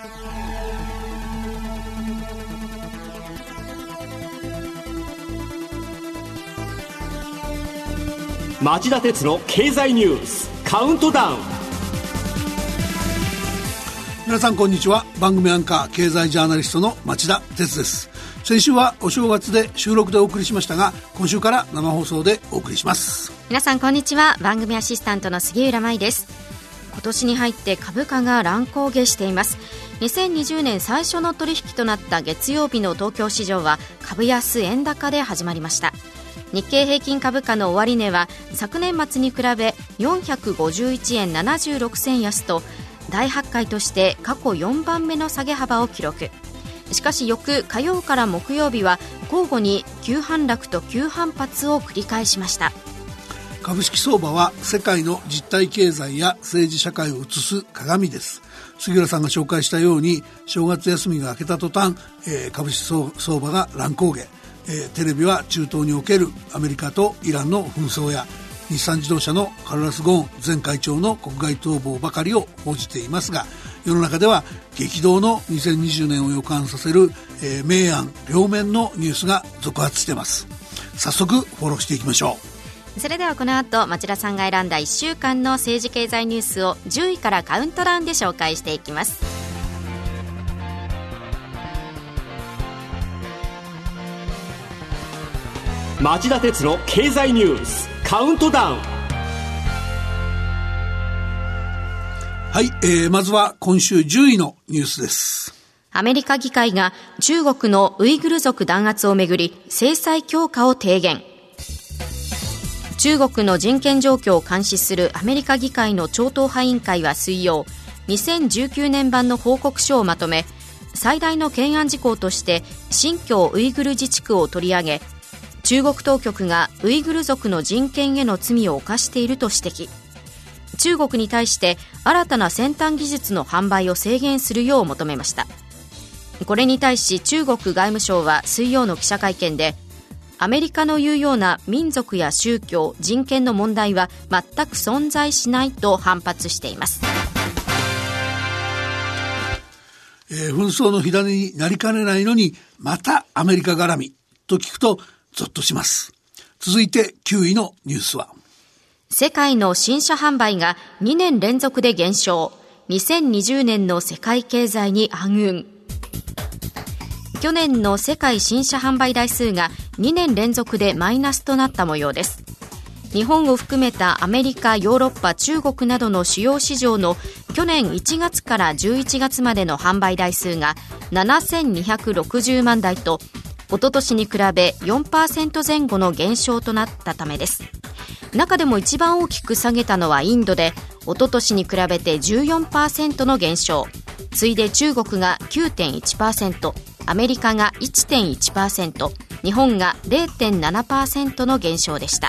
町田鉄の経済ニュースカウントダウン。 皆さんこんにちは。番組アンカー経済ジャーナリストの町田鉄です。先週はお正月で収録でお送りしましたが、今週から生放送でお送りします。 皆さんこんにちは。番組アシスタントの杉浦舞です。今年に入って株価が乱高下しています。2020年最初の取引となった月曜日の東京市場は株安円高で始まりました。日経平均株価の終値は昨年末に比べ451円76銭安と大発会として過去4番目の下げ幅を記録。しかし翌火曜から木曜日は交互に急反落と急反発を繰り返しました。 株式相場は世界の実体経済や政治社会を映す鏡です。杉浦さんが紹介したように正月休みが明けた途端、株式相場が乱高下。テレビは中東におけるアメリカとイランの紛争や日産自動車のカルロス・ゴーン前会長の国外逃亡ばかりを報じていますが、世の中では激動の2020年を予感させる、明暗両面のニュースが続発しています。早速フォローしていきましょう。それではこの後町田さんが選んだ1週間の政治経済ニュースを10位からカウントダウンで紹介していきます。 町田鉄の経済ニュースカウントダウン。 はい、まずは今週10位のニュースです。 アメリカ議会が中国のウイグル族弾圧をめぐり制裁強化を提言。中国の人権状況を監視するアメリカ議会の超党派委員会は水曜、2019年版の報告書をまとめ、最大の懸案事項として新疆ウイグル自治区を取り上げ、中国当局がウイグル族の人権への罪を犯していると指摘。中国に対して新たな先端技術の販売を制限するよう求めました。これに対し中国外務省は水曜の記者会見で、アメリカの言うような民族や宗教、人権の問題は全く存在しないと反発しています。 紛争の火種になりかねないのにまたアメリカ絡みと聞くとゾッとします。続いて9位のニュースは、 世界の新車販売が2年連続で減少。2020年の世界経済に暗雲。去年の世界新車販売台数が2年連続でマイナスとなった模様です。日本を含めたアメリカ、ヨーロッパ、中国などの主要市場の去年1月から11月までの販売台数が7260万台と一昨年に比べ 4% 前後の減少となったためです。中でも一番大きく下げたのはインドで、一昨年に比べて 14% の減少。次いで中国が 9.1%、アメリカが 1.1%、日本が 0.7% の減少でした。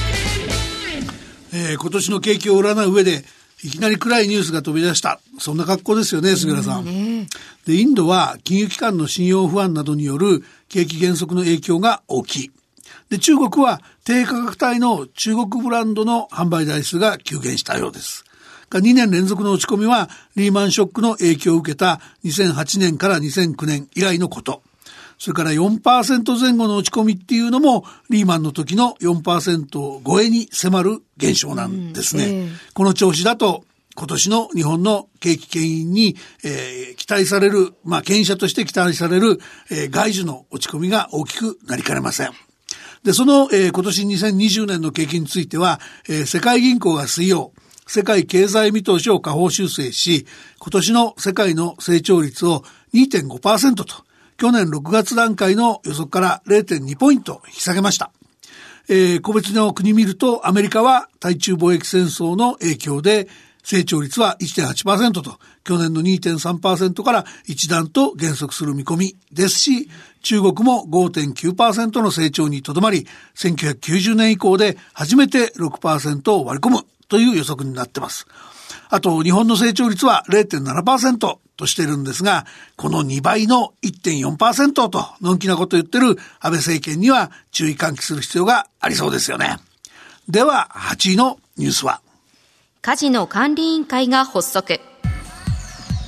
今年の景気を占う上でいきなり暗いニュースが飛び出した。そんな格好ですよね、杉浦さん。で、インドは金融機関の信用不安などによる景気減速の影響が大きい。で、中国は低価格帯の中国ブランドの販売台数が急減したようです。2年連続の落ち込みはリーマンショックの影響を受けた2008年から2009年以来のこと。それから 4% 前後の落ち込みっていうのもリーマンの時の 4% 超えに迫る現象なんですね。この調子だと今年の日本の景気牽引に、期待される、牽引者として期待される、外需の落ち込みが大きくなりかねません。で、その、今年2020年の景気については、世界銀行が水曜、世界経済見通しを下方修正し、今年の世界の成長率を 2.5% と、去年6月段階の予測から 0.2 ポイント引き下げました。個別の国見るとアメリカは対中貿易戦争の影響で成長率は 1.8% と去年の 2.3% から一段と減速する見込みですし、中国も 5.9% の成長にとどまり、1990年以降で初めて 6% を割り込むという予測になっています。あと日本の成長率は 0.7% としているんですが、この2倍の 1.4% とのんきなことを言ってる安倍政権には注意喚起する必要がありそうですよね。では8位のニュースは、 カジノ管理委員会が発足。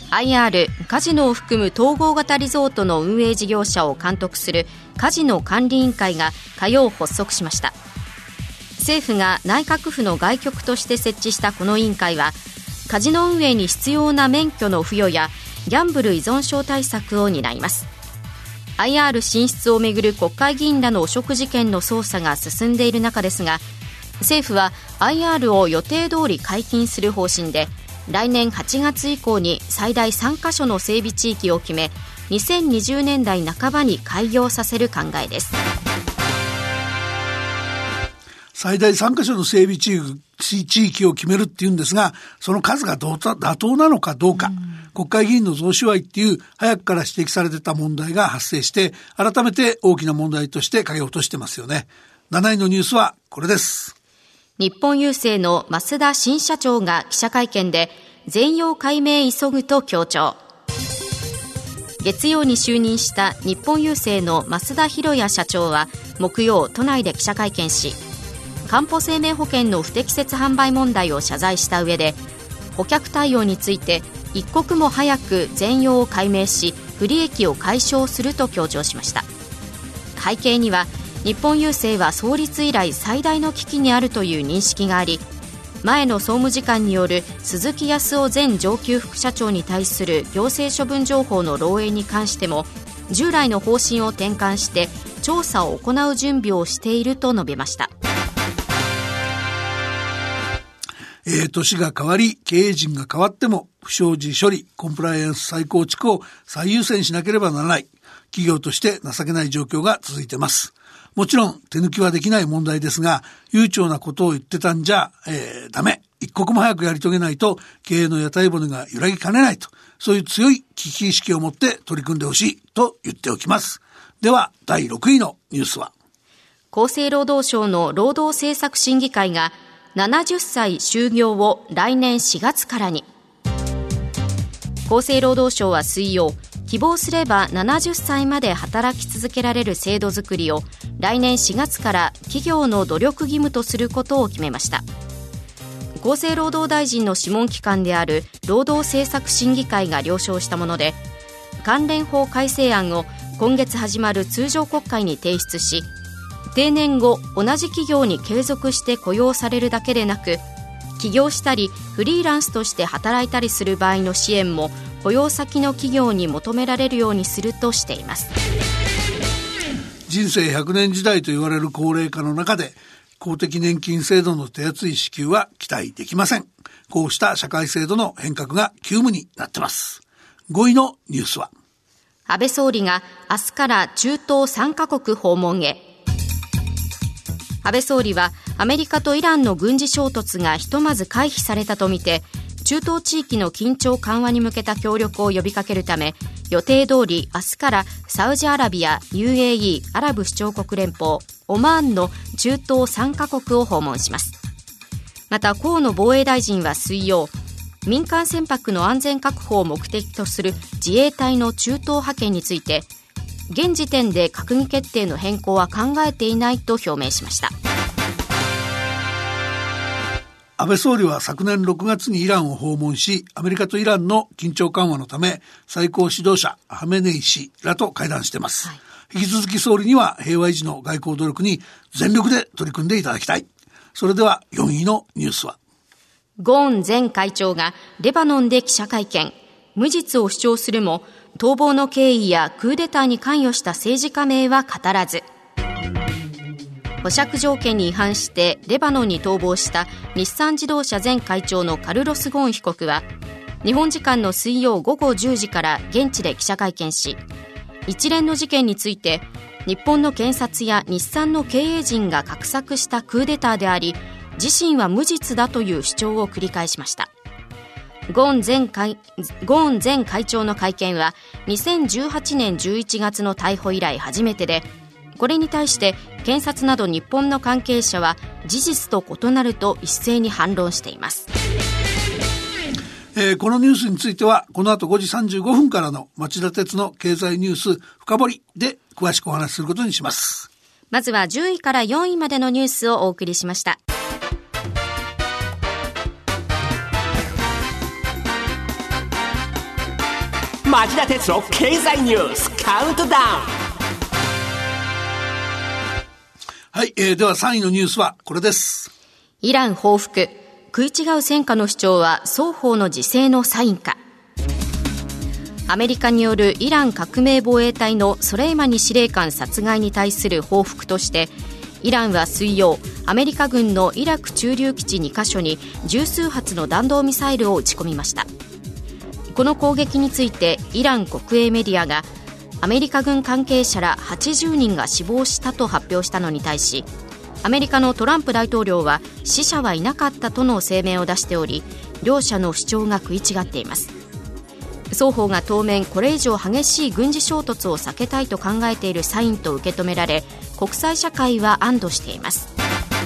IR カジノを含む統合型リゾートの運営事業者を監督するカジノ管理委員会が火曜発足しました。政府が内閣府の外局として設置したこの委員会は、カジノ運営に必要な免許の付与やギャンブル依存症対策を担います。 IR 進出をめぐる国会議員らの汚職事件の捜査が進んでいる中ですが、政府は IR を予定通り解禁する方針で、来年8月以降に最大3カ所の整備地域を決め、2020年代半ばに開業させる考えです。 最大3カ所の整備地域を決めるっていうんですが、その数が妥当なのかどうか、国会議員の贈収賄っていう早くから指摘されてた問題が発生して、改めて大きな問題として影を落としてますよね。7位のニュースはこれです。 日本郵政の増田新社長が記者会見で、全容解明急ぐと強調。月曜に就任した日本郵政の増田博也社長は木曜、都内で記者会見し、かんぽ生命保険の不適切販売問題を謝罪した上で、顧客対応について一刻も早く全容を解明し、不利益を解消すると強調しました。背景には、日本郵政は創立以来最大の危機にあるという認識があり、前の総務次官による鈴木康夫前上級副社長に対する行政処分情報の漏洩に関しても、従来の方針を転換して調査を行う準備をしていると述べました。 年が変わり経営陣が変わっても、不祥事処理、コンプライアンス再構築を最優先しなければならない、企業として情けない状況が続いてます。もちろん手抜きはできない問題ですが、悠長なことを言ってたんじゃ、ダメ。一刻も早くやり遂げないと経営の屋台骨が揺らぎかねないと、そういう強い危機意識を持って取り組んでほしいと言っておきます。では第6位のニュースは、 厚生労働省の労働政策審議会が70歳就業を来年4月からに。厚生労働省は水曜、希望すれば70歳まで働き続けられる制度づくりを来年4月から企業の努力義務とすることを決めました。厚生労働大臣の諮問機関である労働政策審議会が了承したもので、関連法改正案を今月始まる通常国会に提出し、定年後同じ企業に継続して雇用されるだけでなく、起業したりフリーランスとして働いたりする場合の支援も雇用先の企業に求められるようにするとしています。 人生100年時代と言われる高齢化の中で、公的年金制度の手厚い支給は期待できません。こうした社会制度の変革が急務になってます。5位のニュースは、 安倍総理が明日から中東3カ国訪問へ。安倍総理はアメリカとイランの軍事衝突がひとまず回避されたとみて、中東地域の緊張緩和に向けた協力を呼びかけるため、予定通り明日からサウジアラビア、UAE、アラブ首長国連邦、オマーンの中東3カ国を訪問します。また河野防衛大臣は水曜、民間船舶の安全確保を目的とする自衛隊の中東派遣について、現時点で閣議決定の変更は考えていないと表明しました。 安倍総理は昨年6月にイランを訪問し、アメリカとイランの緊張緩和のため最高指導者ハメネイ師らと会談しています、引き続き総理には平和維持の外交努力に全力で取り組んでいただきたい。それでは4位のニュースは、 ゴーン前会長がレバノンで記者会見、無実を主張するも逃亡の経緯やクーデターに関与した政治家名は語らず。保釈条件に違反してレバノンに逃亡した日産自動車前会長のカルロス・ゴーン被告は、日本時間の水曜午後10時から現地で記者会見し、一連の事件について日本の検察や日産の経営陣が画策したクーデターであり、自身は無実だという主張を繰り返しました。ゴーン前会長の会見は2018年11月の逮捕以来初めてで、これに対して検察など日本の関係者は事実と異なると一斉に反論しています。 このニュースについてはこの後5時35分からの町田鉄の経済ニュース深掘りで詳しくお話しすることにします。 まずは10位から4位までのニュースをお送りしました。 町田哲郎経済ニュースカウントダウン。 はい、では3位のニュースはこれです。 イラン報復、食い違う戦果の主張は双方の自制のサインか。アメリカによるイラン革命防衛隊のソレイマニ司令官殺害に対する報復として、イランは水曜、アメリカ軍のイラク駐留基地2カ所に十数発の弾道ミサイルを撃ち込みました。この攻撃についてイラン国営メディアが、アメリカ軍関係者ら80人が死亡したと発表したのに対し、アメリカのトランプ大統領は死者はいなかったとの声明を出しており、両者の主張が食い違っています。双方が当面これ以上激しい軍事衝突を避けたいと考えているサインと受け止められ、国際社会は安堵しています。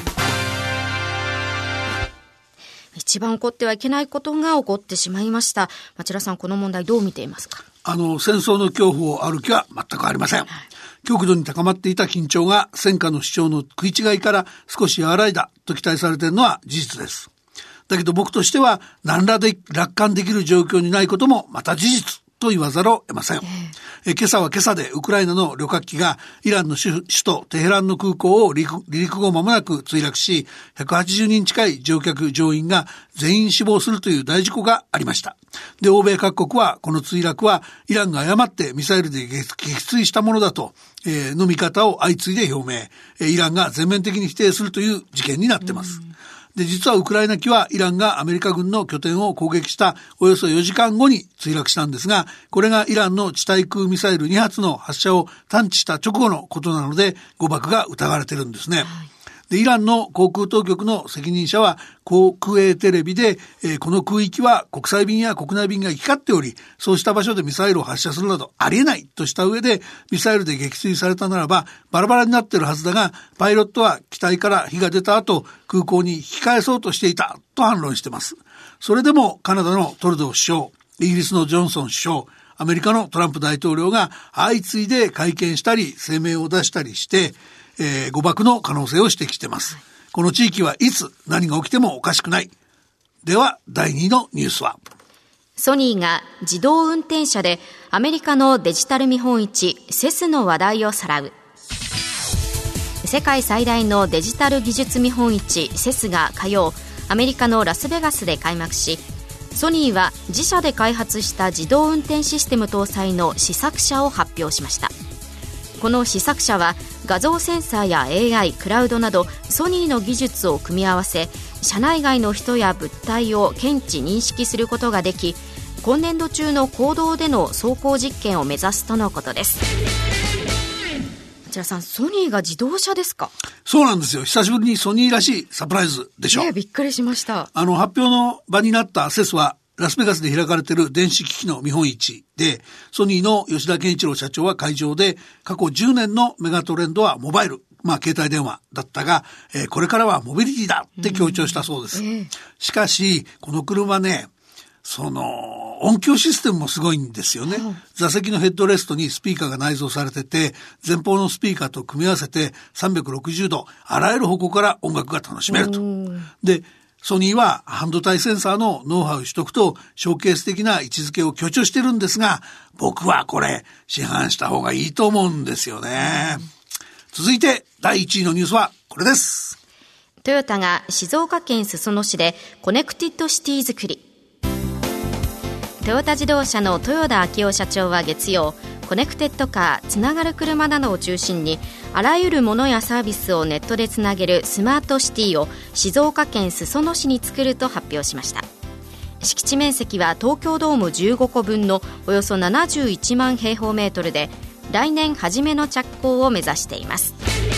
一番起こってはいけないことが起こってしまいました。町田さん、この問題どう見ていますか？ 戦争の恐怖をある気は全くありません。極度に高まっていた緊張が戦果の主張の食い違いから少し和らいだと期待されているのは事実です。だけど僕としては何らで楽観できる状況にないこともまた事実と言わざるを得ません。今朝は今朝でウクライナの旅客機がイランの首都テヘランの空港を離陸後間もなく墜落し、180人近い乗客乗員が全員死亡するという大事故がありました。で、欧米各国はこの墜落はイランが誤ってミサイルで撃墜したものだと、の見方を相次いで表明、イランが全面的に否定するという事件になっています。で、実はウクライナ機はイランがアメリカ軍の拠点を攻撃したおよそ4時間後に墜落したんですが、これがイランの地対空ミサイル2発の発射を探知した直後のことなので、誤爆が疑われているんですね。で、イランの航空当局の責任者は国営テレビで、この空域は国際便や国内便が行き交っており、そうした場所でミサイルを発射するなどありえないとした上で、ミサイルで撃墜されたならばバラバラになっているはずだが、パイロットは機体から火が出た後空港に引き返そうとしていたと反論しています。それでもカナダのトルドー首相、イギリスのジョンソン首相、アメリカのトランプ大統領が相次いで会見したり声明を出したりして、誤爆の可能性を指摘しています。この地域はいつ何が起きてもおかしくない。では第2のニュースは、 ソニーが自動運転車でアメリカのデジタル見本市セスの話題をさらう。世界最大のデジタル技術見本市セスが火曜、アメリカのラスベガスで開幕し、ソニーは自社で開発した自動運転システム搭載の試作車を発表しました。この試作車は画像センサーや AI、クラウドなどソニーの技術を組み合わせ、車内外の人や物体を検知認識することができ、今年度中の公道での走行実験を目指すとのことです。こちらさん、ソニーが自動車ですか？ そうなんですよ。久しぶりにソニーらしいサプライズでしょ。 びっくりしました。 発表の場になったセスはラスベガスで開かれている電子機器の見本市で、ソニーの吉田健一郎社長は会場で、過去10年のメガトレンドはモバイル、携帯電話だったが、これからはモビリティだって強調したそうです。しかしこの車ね、音響システムもすごいんですよね。座席のヘッドレストにスピーカーが内蔵されてて、前方のスピーカーと組み合わせて360度あらゆる方向から音楽が楽しめると。で、ソニーは半導体センサーのノウハウ取得とショーケース的な位置づけを強調してるんですが、僕はこれ市販した方がいいと思うんですよね。続いて第1位のニュースはこれです。 トヨタが静岡県裾野市でコネクティッドシティ作り。トヨタ自動車の豊田章男社長は月曜、コネクテッドカー、つながる車などを中心にあらゆるものやサービスをネットでつなげるスマートシティを静岡県裾野市に作ると発表しました。敷地面積は東京ドーム15個分のおよそ71万平方メートルで、来年初めの着工を目指しています。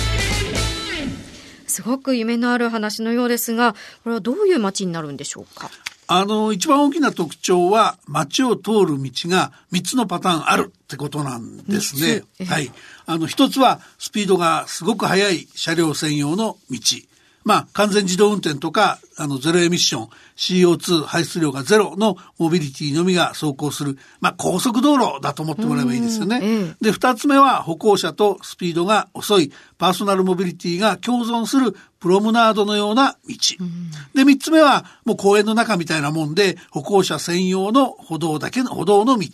すごく夢のある話のようですが、これはどういう街になるんでしょうか？ 一番大きな特徴は街を通る道が3つのパターンあるってことなんですね。はい。一つはスピードがすごく速い車両専用の道。完全自動運転とか、ゼロエミッション、CO2 排出量がゼロのモビリティのみが走行する、高速道路だと思ってもらえばいいですよね。で、二つ目は歩行者とスピードが遅いパーソナルモビリティが共存するプロムナードのような道。で、三つ目はもう公園の中みたいなもんで歩行者専用の歩道の道と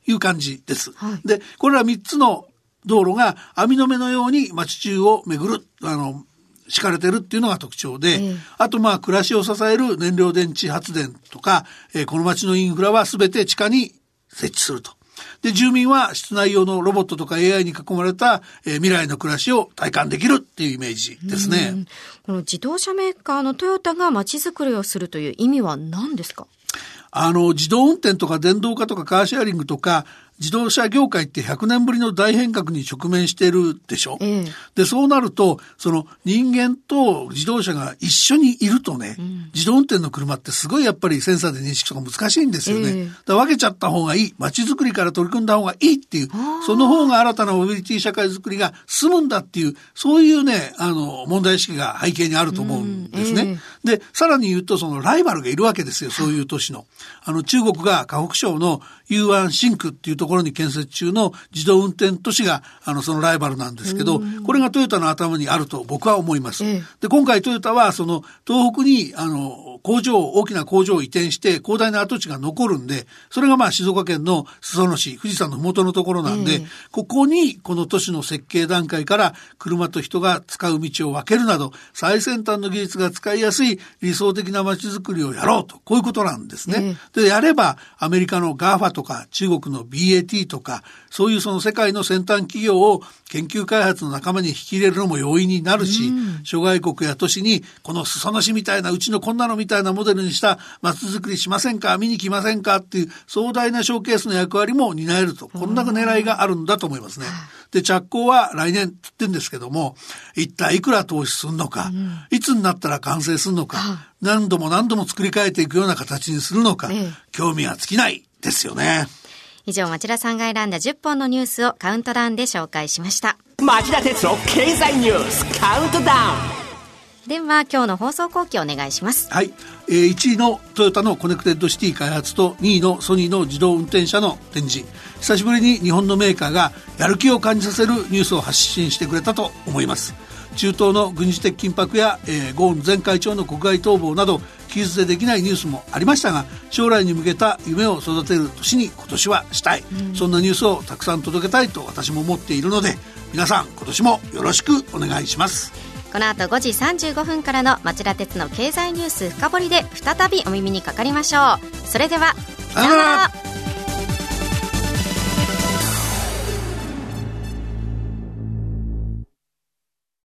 いう感じです。で、これら3つの道路が網の目のように街中を巡る、敷かれてるっていうのが特徴で、あと暮らしを支える燃料電池発電とか、この街のインフラは全て地下に設置すると。で、住民は室内用のロボットとか AI に囲まれた、未来の暮らしを体感できるっていうイメージですね。 この自動車メーカーのトヨタが街づくりをするという意味は何ですか？ 自動運転とか電動化とかカーシェアリングとか自動車業界って100年ぶりの大変革に直面しているでしょ、で、そうなるとその人間と自動車が一緒にいるとね、自動運転の車ってすごいやっぱりセンサーで認識とか難しいんですよね、だから分けちゃった方がいい、街づくりから取り組んだ方がいいっていう、その方が新たなモビリティ社会づくりが進むんだっていう、そういうね問題意識が背景にあると思うんですね、で、さらに言うとそのライバルがいるわけですよ。そういう都市の中国が河北省の雄安新区っていうところに建設中の自動運転都市がそのライバルなんですけど、これがトヨタの頭にあると僕は思います、で、今回トヨタはその東北に大きな工場を移転して広大な跡地が残るんで、それが静岡県の裾野市、富士山の麓のところなんで、ここにこの都市の設計段階から車と人が使う道を分けるなど最先端の技術が使いやすい理想的な街づくりをやろうと、こういうことなんですね、で、やればアメリカの GAFA とか中国の BAT とかそういうその世界の先端企業を研究開発の仲間に引き入れるのも容易になるし、諸外国や都市にこの裾野市みたいな、うちのこんなのみたいなモデルにした街づくりしませんか、見に来ませんかっていう壮大なショーケースの役割も担えると、こんな狙いがあるんだと思いますね。で、着工は来年って言ってるんですけども、一体いくら投資するのか、いつになったら完成するのか、何度も何度も作り変えていくような形にするのか、興味が尽きないですよね。 以上、町田さんが選んだ10本のニュースをカウントダウンで紹介しました。 町田鉄道経済ニュースカウントダウン。 では今日の放送後期お願いします。 はい、1位のトヨタのコネクテッドシティ開発と2位のソニーの自動運転車の展示、久しぶりに日本のメーカーがやる気を感じさせるニュースを発信してくれたと思います。中東の軍事的緊迫や、ゴーン前会長の国外逃亡など記述でできないニュースもありましたが、将来に向けた夢を育てる年に今年はしたい、そんなニュースをたくさん届けたいと私も思っているので、皆さん今年もよろしくお願いします。 この後5時35分からの町田鉄の経済ニュース深掘りで再びお耳にかかりましょう。それではさよなら。